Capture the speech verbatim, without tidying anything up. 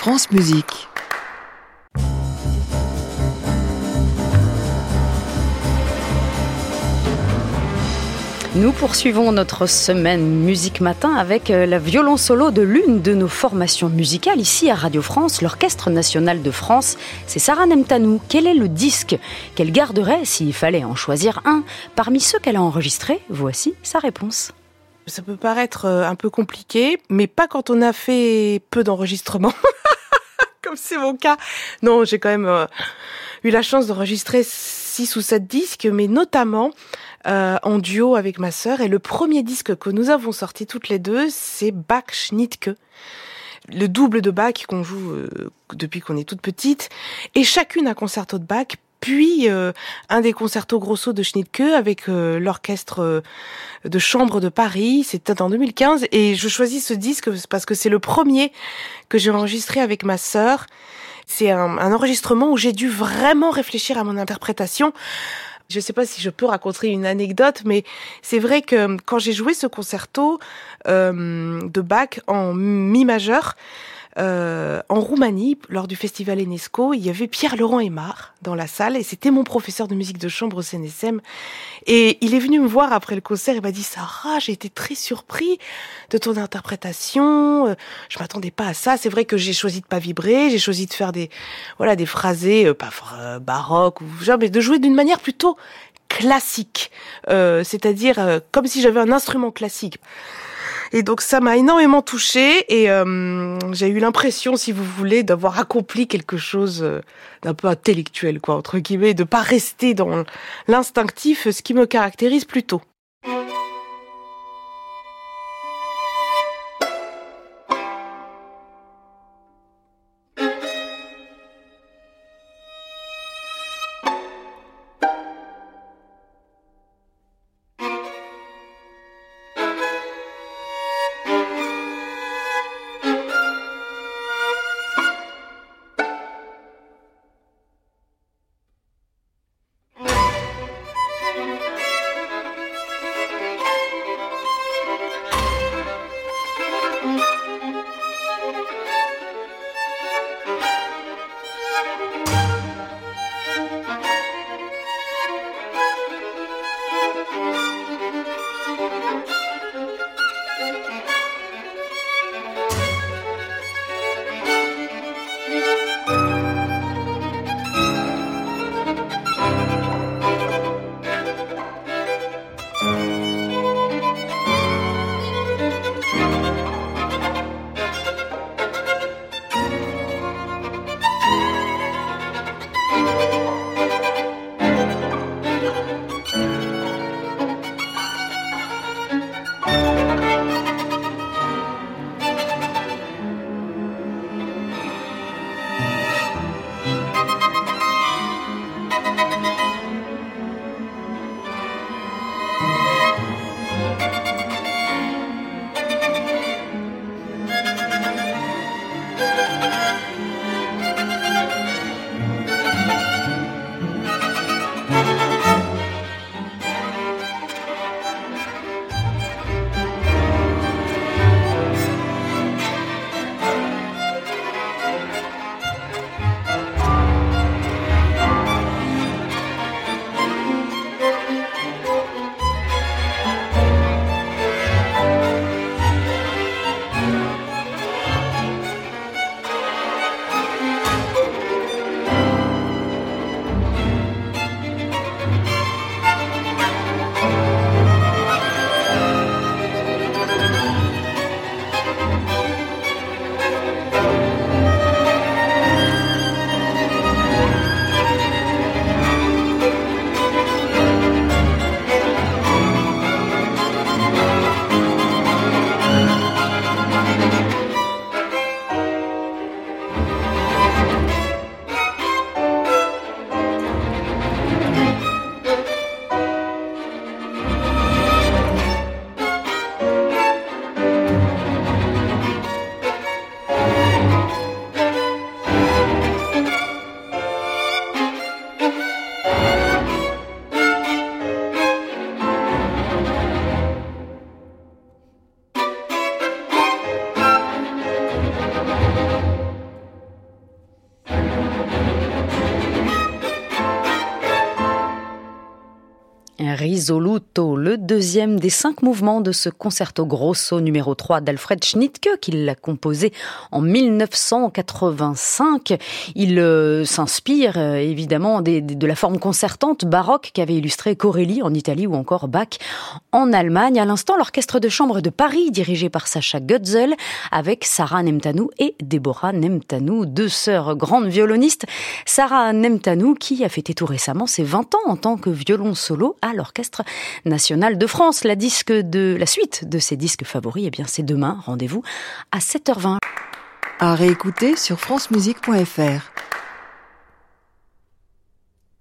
France Musique. Nous poursuivons notre semaine Musique Matin avec la violon solo de l'une de nos formations musicales ici à Radio France, l'Orchestre National de France. C'est Sarah Nemtanou. Quel est le disque qu'elle garderait s'il fallait en choisir un parmi ceux qu'elle a enregistrés? Voici sa réponse. Ça peut paraître un peu compliqué, mais pas quand on a fait peu d'enregistrements, comme c'est mon cas. Non, j'ai quand même euh, eu la chance d'enregistrer six ou sept disques, mais notamment euh, en duo avec ma sœur. Et le premier disque que nous avons sorti toutes les deux, c'est Bach Schnittke, le double de Bach qu'on joue euh, depuis qu'on est toute petite, et chacune un concerto de Bach. Puis euh, un des concertos grosso de Schnittke avec euh, l'orchestre euh, de chambre de Paris, c'était en deux mille quinze, et je choisis ce disque parce que c'est le premier que j'ai enregistré avec ma sœur. C'est un, un enregistrement où j'ai dû vraiment réfléchir à mon interprétation. Je ne sais pas si je peux raconter une anecdote, mais c'est vrai que quand j'ai joué ce concerto euh, de Bach en mi majeur, Euh, en Roumanie, lors du festival Enesco, il y avait Pierre-Laurent Aymar dans la salle et c'était mon professeur de musique de chambre au C N S M. Et il est venu me voir après le concert et m'a dit « Sarah, j'ai été très surpris de ton interprétation, euh, je m'attendais pas à ça. C'est vrai que j'ai choisi de pas vibrer, j'ai choisi de faire des voilà des phrasés, euh, pas euh, baroques, ou genre, mais de jouer d'une manière plutôt classique, euh, c'est-à-dire euh, comme si j'avais un instrument classique. » Et donc ça m'a énormément touchée et euh, j'ai eu l'impression, si vous voulez, d'avoir accompli quelque chose d'un peu intellectuel, quoi, entre guillemets, de pas rester dans l'instinctif, ce qui me caractérise plutôt. Risoluto, le deuxième des cinq mouvements de ce concerto grosso numéro trois d'Alfred Schnittke, qu'il a composé en mille neuf cent quatre-vingt-cinq. Il euh, s'inspire euh, évidemment des, des, de la forme concertante baroque qu'avait illustrée Corelli en Italie ou encore Bach en Allemagne. À l'instant, l'orchestre de chambre de Paris, dirigé par Sacha Götzel, avec Sarah Nemtanou et Deborah Nemtanou, deux sœurs grandes violonistes. Sarah Nemtanou qui a fêté tout récemment ses vingt ans en tant que violon solo à l'Orchestre national de France. La disque de la suite de ses disques favoris, eh bien c'est demain. Rendez-vous à sept heures vingt. À réécouter sur francemusique point f r.